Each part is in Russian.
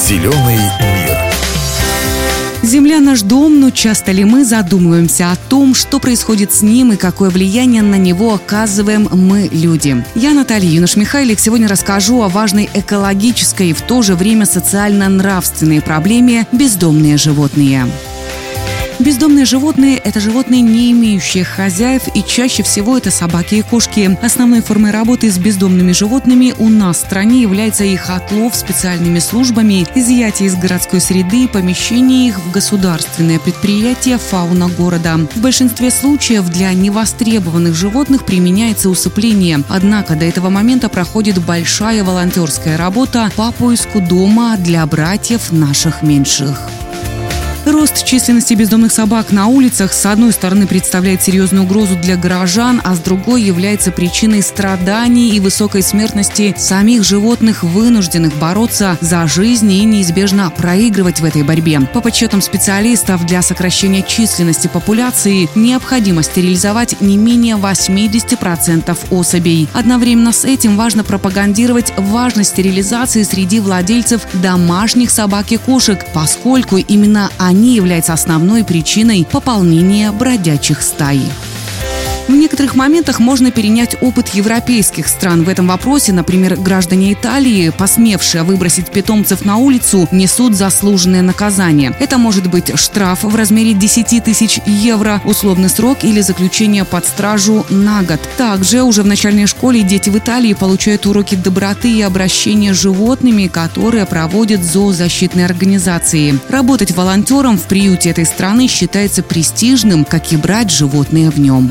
Зеленый мир. Земля — наш дом, но часто ли мы задумываемся о том, что происходит с ним и какое влияние на него оказываем мы, люди? Я, Наталья Юнош-Михайлик, сегодня расскажу о важной экологической и в то же время социально-нравственной проблеме бездомные животные. Бездомные животные – это животные, не имеющие хозяев, и чаще всего это собаки и кошки. Основной формой работы с бездомными животными у нас в стране является их отлов специальными службами, изъятие из городской среды и помещение их в государственное предприятие «Фауна города». В большинстве случаев для невостребованных животных применяется усыпление. Однако до этого момента проходит большая волонтерская работа по поиску дома для братьев наших меньших. Рост численности бездомных собак на улицах с одной стороны представляет серьезную угрозу для горожан, а с другой является причиной страданий и высокой смертности самих животных, вынужденных бороться за жизнь и неизбежно проигрывать в этой борьбе. По подсчетам специалистов, для сокращения численности популяции необходимо стерилизовать не менее 80% особей. Одновременно с этим важно пропагандировать важность стерилизации среди владельцев домашних собак и кошек, поскольку именно они являются основной причиной пополнения бродячих стай. В некоторых моментах можно перенять опыт европейских стран в этом вопросе. Например, граждане Италии, посмевшие выбросить питомцев на улицу, несут заслуженное наказание. Это может быть штраф в размере 10 тысяч евро, условный срок или заключение под стражу на год. Также уже в начальной школе дети в Италии получают уроки доброты и обращения с животными, которые проводят зоозащитные организации. Работать волонтером в приюте этой страны считается престижным, как и брать животные в нем.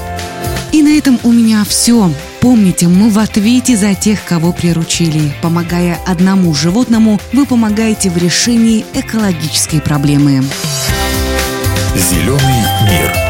И на этом у меня все. Помните, мы в ответе за тех, кого приручили. Помогая одному животному, вы помогаете в решении экологической проблемы. Зеленый мир.